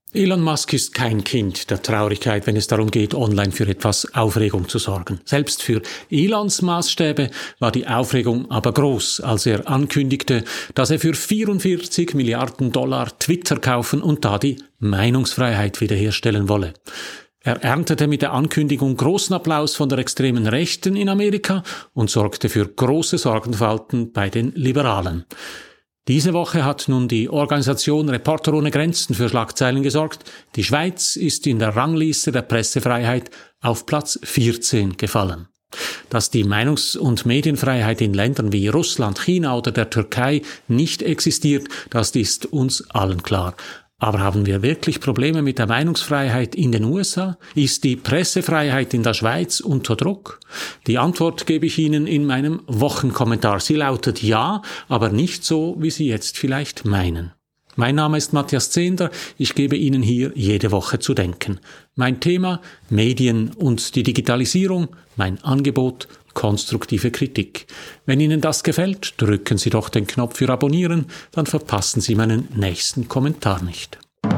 Elon Musk ist kein Kind der Traurigkeit, wenn es darum geht, online für etwas Aufregung zu sorgen. Selbst für Elons Maßstäbe war die Aufregung aber groß, als er ankündigte, dass er für 44 Milliarden Dollar Twitter kaufen und da die Meinungsfreiheit wiederherstellen wolle. Er erntete mit der Ankündigung großen Applaus von der extremen Rechten in Amerika und sorgte für große Sorgenfalten bei den Liberalen. Diese Woche hat nun die Organisation Reporter ohne Grenzen für Schlagzeilen gesorgt. Die Schweiz ist in der Rangliste der Pressefreiheit auf Platz 14 gefallen. Dass die Meinungs- und Medienfreiheit in Ländern wie Russland, China oder der Türkei nicht existiert, das ist uns allen klar. Aber haben wir wirklich Probleme mit der Meinungsfreiheit in den USA? Ist die Pressefreiheit in der Schweiz unter Druck? Die Antwort gebe ich Ihnen in meinem Wochenkommentar. Sie lautet ja, aber nicht so, wie Sie jetzt vielleicht meinen. Mein Name ist Matthias Zehnder. Ich gebe Ihnen hier jede Woche zu denken. Mein Thema: Medien und die Digitalisierung. Mein Angebot: konstruktive Kritik. Wenn Ihnen das gefällt, drücken Sie doch den Knopf für Abonnieren, dann verpassen Sie meinen nächsten Kommentar nicht.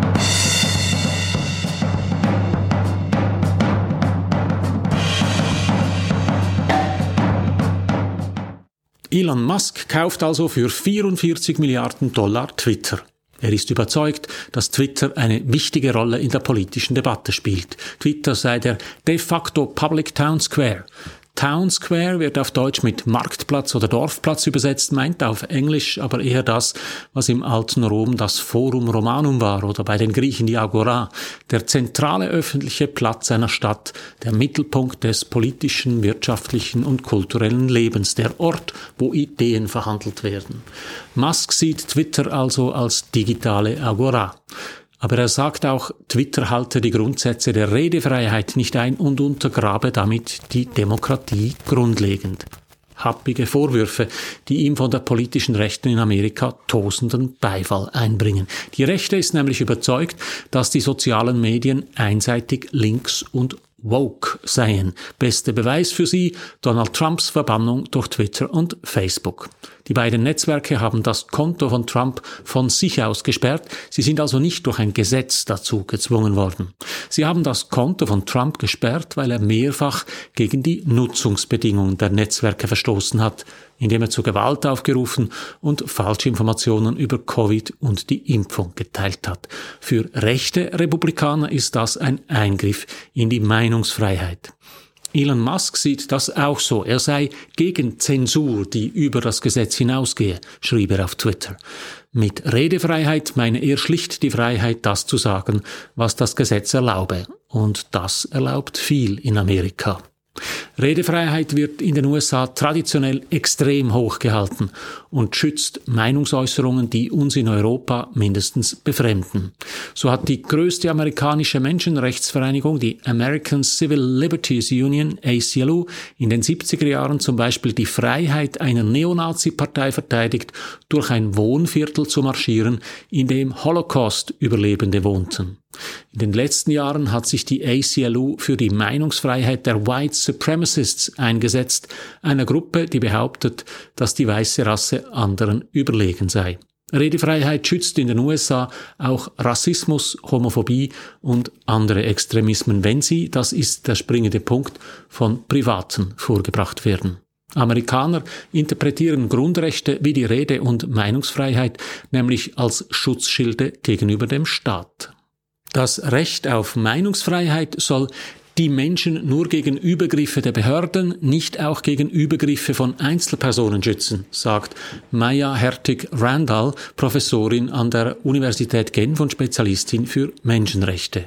Elon Musk kauft also für 44 Milliarden Dollar Twitter. Er ist überzeugt, dass Twitter eine wichtige Rolle in der politischen Debatte spielt. Twitter sei der de facto Public Town Square. Town Square wird auf Deutsch mit Marktplatz oder Dorfplatz übersetzt, meint auf Englisch aber eher das, was im alten Rom das Forum Romanum war oder bei den Griechen die Agora, der zentrale öffentliche Platz einer Stadt, der Mittelpunkt des politischen, wirtschaftlichen und kulturellen Lebens, der Ort, wo Ideen verhandelt werden. Musk sieht Twitter also als digitale Agora. Aber er sagt auch, Twitter halte die Grundsätze der Redefreiheit nicht ein und untergrabe damit die Demokratie grundlegend. Happige Vorwürfe, die ihm von der politischen Rechten in Amerika tosenden Beifall einbringen. Die Rechte ist nämlich überzeugt, dass die sozialen Medien einseitig links und woke seien. Beste Beweis für sie: Donald Trumps Verbannung durch Twitter und Facebook. Die beiden Netzwerke haben das Konto von Trump von sich aus gesperrt. Sie sind also nicht durch ein Gesetz dazu gezwungen worden. Sie haben das Konto von Trump gesperrt, weil er mehrfach gegen die Nutzungsbedingungen der Netzwerke verstoßen hat, indem er zu Gewalt aufgerufen und Falschinformationen über Covid und die Impfung geteilt hat. Für rechte Republikaner ist das ein Eingriff in die Meinungsfreiheit. Elon Musk sieht das auch so. Er sei gegen Zensur, die über das Gesetz hinausgehe, schrieb er auf Twitter. Mit Redefreiheit meine er schlicht die Freiheit, das zu sagen, was das Gesetz erlaube. Und das erlaubt viel in Amerika. Redefreiheit wird in den USA traditionell extrem hoch gehalten und schützt Meinungsäußerungen, die uns in Europa mindestens befremden. So hat die größte amerikanische Menschenrechtsvereinigung, die American Civil Liberties Union, ACLU, in den 70er Jahren zum Beispiel die Freiheit einer Neonazi-Partei verteidigt, durch ein Wohnviertel zu marschieren, in dem Holocaust-Überlebende wohnten. In den letzten Jahren hat sich die ACLU für die Meinungsfreiheit der White Supremacists eingesetzt, einer Gruppe, die behauptet, dass die weiße Rasse anderen überlegen sei. Redefreiheit schützt in den USA auch Rassismus, Homophobie und andere Extremismen, wenn sie, das ist der springende Punkt, von Privaten vorgebracht werden. Amerikaner interpretieren Grundrechte wie die Rede- und Meinungsfreiheit nämlich als Schutzschilde gegenüber dem Staat. Das Recht auf Meinungsfreiheit soll die Menschen nur gegen Übergriffe der Behörden, nicht auch gegen Übergriffe von Einzelpersonen schützen, sagt Maya Hertig-Randall, Professorin an der Universität Genf und Spezialistin für Menschenrechte.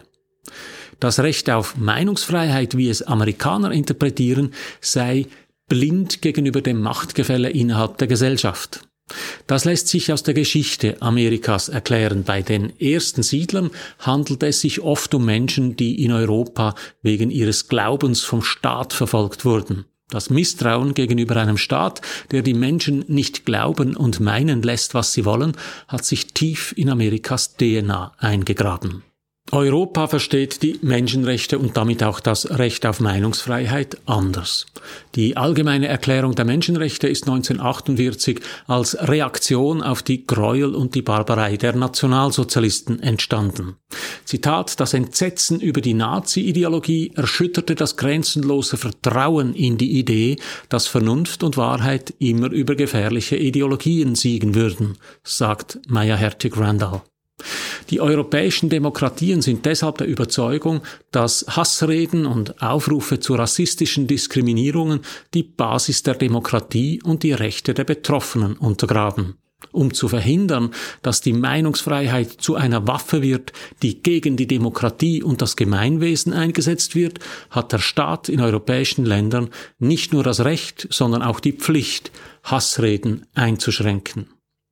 Das Recht auf Meinungsfreiheit, wie es Amerikaner interpretieren, sei blind gegenüber dem Machtgefälle innerhalb der Gesellschaft. Das lässt sich aus der Geschichte Amerikas erklären. Bei den ersten Siedlern handelt es sich oft um Menschen, die in Europa wegen ihres Glaubens vom Staat verfolgt wurden. Das Misstrauen gegenüber einem Staat, der die Menschen nicht glauben und meinen lässt, was sie wollen, hat sich tief in Amerikas DNA eingegraben. Europa versteht die Menschenrechte und damit auch das Recht auf Meinungsfreiheit anders. Die Allgemeine Erklärung der Menschenrechte ist 1948 als Reaktion auf die Gräuel und die Barbarei der Nationalsozialisten entstanden. Zitat: Das Entsetzen über die Nazi-Ideologie erschütterte das grenzenlose Vertrauen in die Idee, dass Vernunft und Wahrheit immer über gefährliche Ideologien siegen würden, sagt Maya Hertig-Randall. Die europäischen Demokratien sind deshalb der Überzeugung, dass Hassreden und Aufrufe zu rassistischen Diskriminierungen die Basis der Demokratie und die Rechte der Betroffenen untergraben. Um zu verhindern, dass die Meinungsfreiheit zu einer Waffe wird, die gegen die Demokratie und das Gemeinwesen eingesetzt wird, hat der Staat in europäischen Ländern nicht nur das Recht, sondern auch die Pflicht, Hassreden einzuschränken.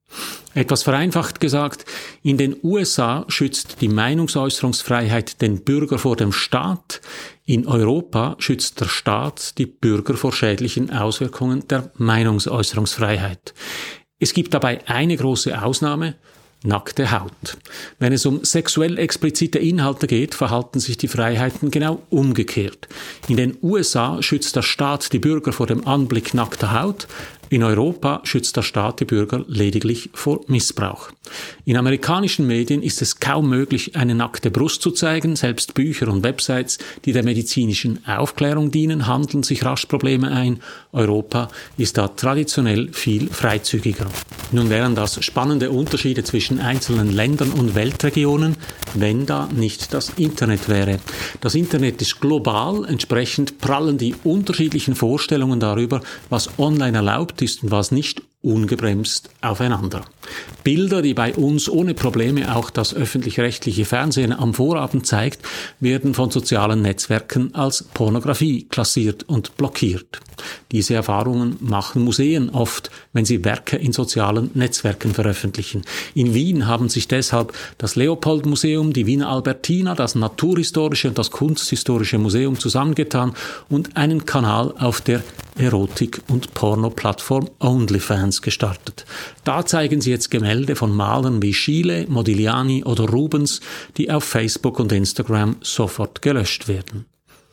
Etwas vereinfacht gesagt, in den USA schützt die Meinungsäußerungsfreiheit den Bürger vor dem Staat, in Europa schützt der Staat die Bürger vor schädlichen Auswirkungen der Meinungsäußerungsfreiheit. Es gibt dabei eine große Ausnahme: nackte Haut. Wenn es um sexuell explizite Inhalte geht, verhalten sich die Freiheiten genau umgekehrt. In den USA schützt der Staat die Bürger vor dem Anblick nackter Haut, in Europa schützt der Staat die Bürger lediglich vor Missbrauch. In amerikanischen Medien ist es kaum möglich, eine nackte Brust zu zeigen. Selbst Bücher und Websites, die der medizinischen Aufklärung dienen, handeln sich rasch Probleme ein. Europa ist da traditionell viel freizügiger. Nun wären das spannende Unterschiede zwischen einzelnen Ländern und Weltregionen, wenn da nicht das Internet wäre. Das Internet ist global, entsprechend prallen die unterschiedlichen Vorstellungen darüber, was online erlaubt ist und was nicht, ungebremst aufeinander. Bilder, die bei uns ohne Probleme auch das öffentlich-rechtliche Fernsehen am Vorabend zeigt, werden von sozialen Netzwerken als Pornografie klassiert und blockiert. Diese Erfahrungen machen Museen oft, wenn sie Werke in sozialen Netzwerken veröffentlichen. In Wien haben sich deshalb das Leopold-Museum, die Wiener Albertina, das Naturhistorische und das Kunsthistorische Museum zusammengetan und einen Kanal auf der Erotik- und Porno-Plattform OnlyFans gestartet. Da zeigen sie jetzt Gemälde von Malern wie Schiele, Modigliani oder Rubens, die auf Facebook und Instagram sofort gelöscht werden.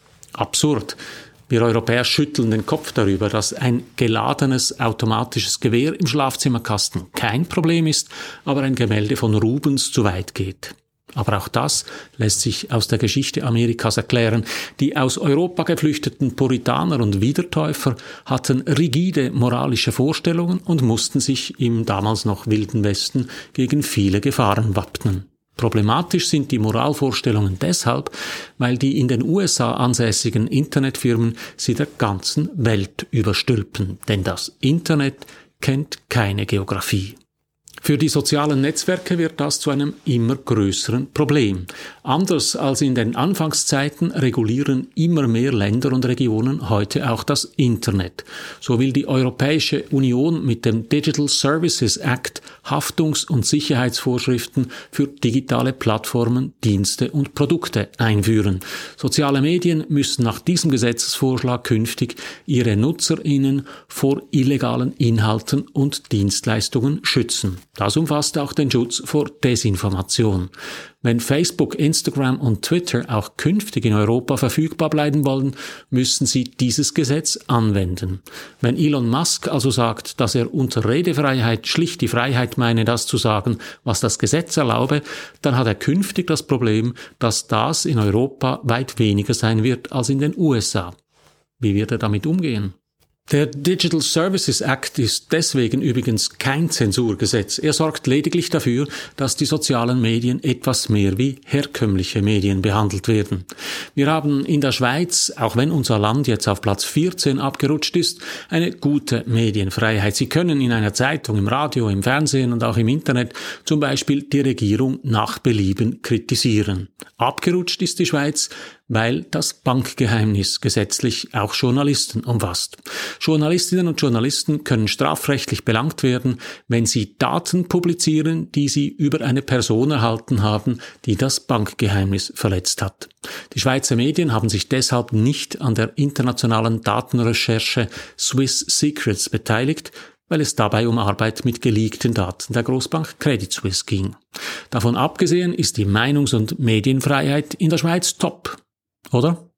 Absurd. Wir Europäer schütteln den Kopf darüber, dass ein geladenes automatisches Gewehr im Schlafzimmerkasten kein Problem ist, aber ein Gemälde von Rubens zu weit geht. Aber auch das lässt sich aus der Geschichte Amerikas erklären. Die aus Europa geflüchteten Puritaner und Wiedertäufer hatten rigide moralische Vorstellungen und mussten sich im damals noch wilden Westen gegen viele Gefahren wappnen. Problematisch sind die Moralvorstellungen deshalb, weil die in den USA ansässigen Internetfirmen sie der ganzen Welt überstülpen. Denn das Internet kennt keine Geografie. Für die sozialen Netzwerke wird das zu einem immer größeren Problem. Anders als in den Anfangszeiten regulieren immer mehr Länder und Regionen heute auch das Internet. So will die Europäische Union mit dem Digital Services Act Haftungs- und Sicherheitsvorschriften für digitale Plattformen, Dienste und Produkte einführen. Soziale Medien müssen nach diesem Gesetzesvorschlag künftig ihre NutzerInnen vor illegalen Inhalten und Dienstleistungen schützen. Das umfasst auch den Schutz vor Desinformation. Wenn Facebook, Instagram und Twitter auch künftig in Europa verfügbar bleiben wollen, müssen sie dieses Gesetz anwenden. Wenn Elon Musk also sagt, dass er unter Redefreiheit schlicht die Freiheit meine, das zu sagen, was das Gesetz erlaube, dann hat er künftig das Problem, dass das in Europa weit weniger sein wird als in den USA. Wie wird er damit umgehen? Der Digital Services Act ist deswegen übrigens kein Zensurgesetz. Er sorgt lediglich dafür, dass die sozialen Medien etwas mehr wie herkömmliche Medien behandelt werden. Wir haben in der Schweiz, auch wenn unser Land jetzt auf Platz 14 abgerutscht ist, eine gute Medienfreiheit. Sie können in einer Zeitung, im Radio, im Fernsehen und auch im Internet zum Beispiel die Regierung nach Belieben kritisieren. Abgerutscht ist die Schweiz, weil das Bankgeheimnis gesetzlich auch Journalisten umfasst. Journalistinnen und Journalisten können strafrechtlich belangt werden, wenn sie Daten publizieren, die sie über eine Person erhalten haben, die das Bankgeheimnis verletzt hat. Die Schweizer Medien haben sich deshalb nicht an der internationalen Datenrecherche Swiss Secrets beteiligt, weil es dabei um Arbeit mit geleakten Daten der Großbank Credit Suisse ging. Davon abgesehen ist die Meinungs- und Medienfreiheit in der Schweiz top, oder?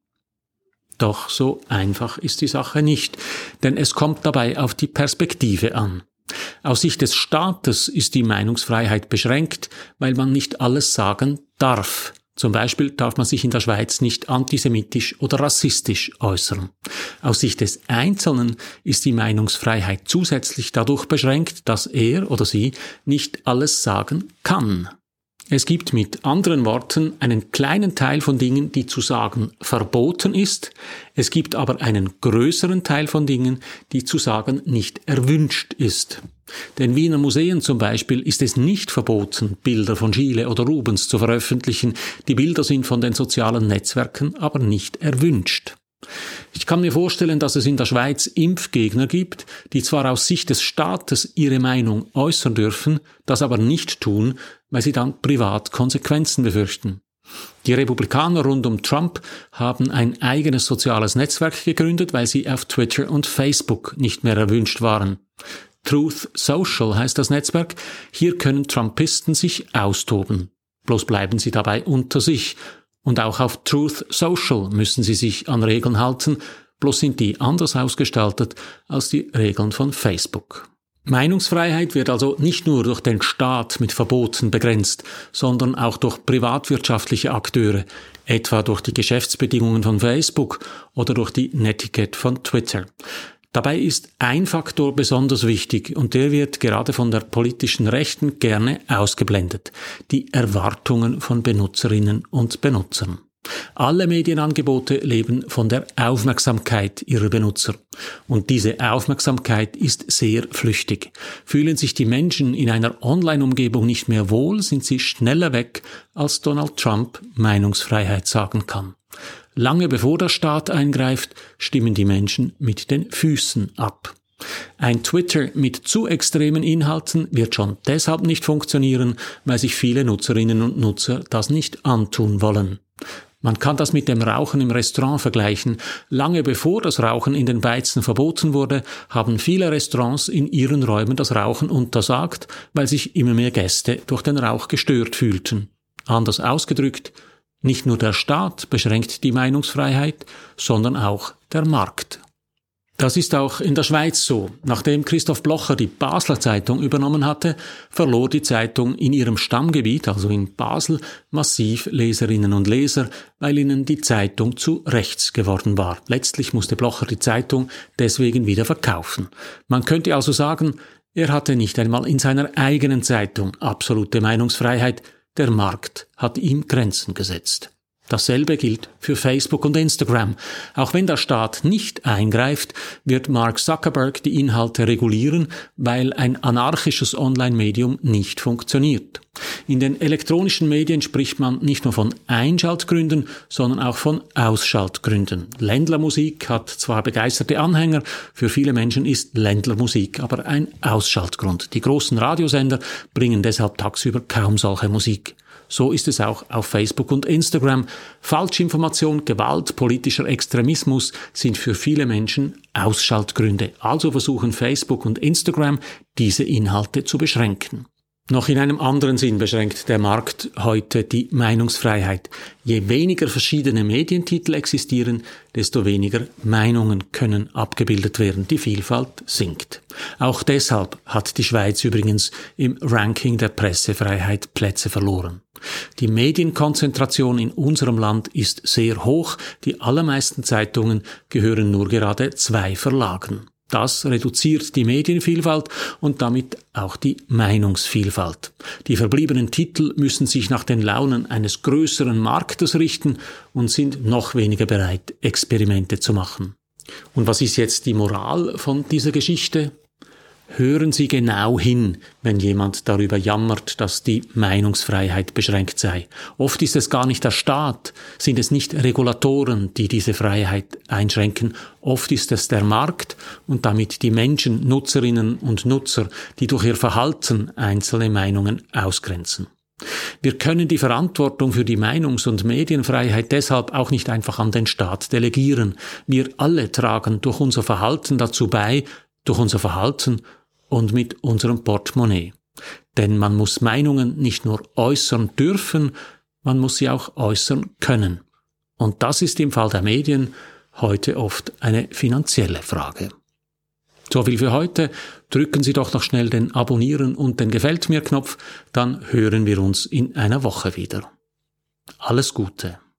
Doch so einfach ist die Sache nicht, denn es kommt dabei auf die Perspektive an. Aus Sicht des Staates ist die Meinungsfreiheit beschränkt, weil man nicht alles sagen darf. Zum Beispiel darf man sich in der Schweiz nicht antisemitisch oder rassistisch äußern. Aus Sicht des Einzelnen ist die Meinungsfreiheit zusätzlich dadurch beschränkt, dass er oder sie nicht alles sagen kann. Es gibt mit anderen Worten einen kleinen Teil von Dingen, die zu sagen verboten ist. Es gibt aber einen größeren Teil von Dingen, die zu sagen nicht erwünscht ist. Den Wiener Museen zum Beispiel ist es nicht verboten, Bilder von Schiele oder Rubens zu veröffentlichen. Die Bilder sind von den sozialen Netzwerken aber nicht erwünscht. Ich kann mir vorstellen, dass es in der Schweiz Impfgegner gibt, die zwar aus Sicht des Staates ihre Meinung äußern dürfen, das aber nicht tun, weil sie dann privat Konsequenzen befürchten. Die Republikaner rund um Trump haben ein eigenes soziales Netzwerk gegründet, weil sie auf Twitter und Facebook nicht mehr erwünscht waren. Truth Social heißt das Netzwerk. Hier können Trumpisten sich austoben. Bloß bleiben sie dabei unter sich. Und auch auf Truth Social müssen sie sich an Regeln halten, bloß sind die anders ausgestaltet als die Regeln von Facebook. Meinungsfreiheit wird also nicht nur durch den Staat mit Verboten begrenzt, sondern auch durch privatwirtschaftliche Akteure, etwa durch die Geschäftsbedingungen von Facebook oder durch die Netiquette von Twitter. Dabei ist ein Faktor besonders wichtig und der wird gerade von der politischen Rechten gerne ausgeblendet: die Erwartungen von Benutzerinnen und Benutzern. Alle Medienangebote leben von der Aufmerksamkeit ihrer Benutzer. Und diese Aufmerksamkeit ist sehr flüchtig. Fühlen sich die Menschen in einer Online-Umgebung nicht mehr wohl, sind sie schneller weg, als Donald Trump Meinungsfreiheit sagen kann. Lange bevor der Staat eingreift, stimmen die Menschen mit den Füßen ab. Ein Twitter mit zu extremen Inhalten wird schon deshalb nicht funktionieren, weil sich viele Nutzerinnen und Nutzer das nicht antun wollen. Man kann das mit dem Rauchen im Restaurant vergleichen. Lange bevor das Rauchen in den Beizen verboten wurde, haben viele Restaurants in ihren Räumen das Rauchen untersagt, weil sich immer mehr Gäste durch den Rauch gestört fühlten. Anders ausgedrückt, nicht nur der Staat beschränkt die Meinungsfreiheit, sondern auch der Markt. Das ist auch in der Schweiz so. Nachdem Christoph Blocher die Basler Zeitung übernommen hatte, verlor die Zeitung in ihrem Stammgebiet, also in Basel, massiv Leserinnen und Leser, weil ihnen die Zeitung zu rechts geworden war. Letztlich musste Blocher die Zeitung deswegen wieder verkaufen. Man könnte also sagen, er hatte nicht einmal in seiner eigenen Zeitung absolute Meinungsfreiheit. Der Markt hat ihm Grenzen gesetzt. Dasselbe gilt für Facebook und Instagram. Auch wenn der Staat nicht eingreift, wird Mark Zuckerberg die Inhalte regulieren, weil ein anarchisches Online-Medium nicht funktioniert. In den elektronischen Medien spricht man nicht nur von Einschaltgründen, sondern auch von Ausschaltgründen. Ländlermusik hat zwar begeisterte Anhänger, für viele Menschen ist Ländlermusik aber ein Ausschaltgrund. Die großen Radiosender bringen deshalb tagsüber kaum solche Musik. So ist es auch auf Facebook und Instagram. Falschinformation, Gewalt, politischer Extremismus sind für viele Menschen Ausschaltgründe. Also versuchen Facebook und Instagram, diese Inhalte zu beschränken. Noch in einem anderen Sinn beschränkt der Markt heute die Meinungsfreiheit. Je weniger verschiedene Medientitel existieren, desto weniger Meinungen können abgebildet werden. Die Vielfalt sinkt. Auch deshalb hat die Schweiz übrigens im Ranking der Pressefreiheit Plätze verloren. Die Medienkonzentration in unserem Land ist sehr hoch. Die allermeisten Zeitungen gehören nur gerade 2 Verlagen. Das reduziert die Medienvielfalt und damit auch die Meinungsvielfalt. Die verbliebenen Titel müssen sich nach den Launen eines größeren Marktes richten und sind noch weniger bereit, Experimente zu machen. Und was ist jetzt die Moral von dieser Geschichte? Hören Sie genau hin, wenn jemand darüber jammert, dass die Meinungsfreiheit beschränkt sei. Oft ist es gar nicht der Staat, sind es nicht Regulatoren, die diese Freiheit einschränken. Oft ist es der Markt und damit die Menschen, Nutzerinnen und Nutzer, die durch ihr Verhalten einzelne Meinungen ausgrenzen. Wir können die Verantwortung für die Meinungs- und Medienfreiheit deshalb auch nicht einfach an den Staat delegieren. Wir alle tragen durch unser Verhalten dazu bei, durch unser Verhalten und mit unserem Portemonnaie. Denn man muss Meinungen nicht nur äußern dürfen, man muss sie auch äußern können. Und das ist im Fall der Medien heute oft eine finanzielle Frage. So viel für heute. Drücken Sie doch noch schnell den Abonnieren und den Gefällt mir Knopf, dann hören wir uns in einer Woche wieder. Alles Gute.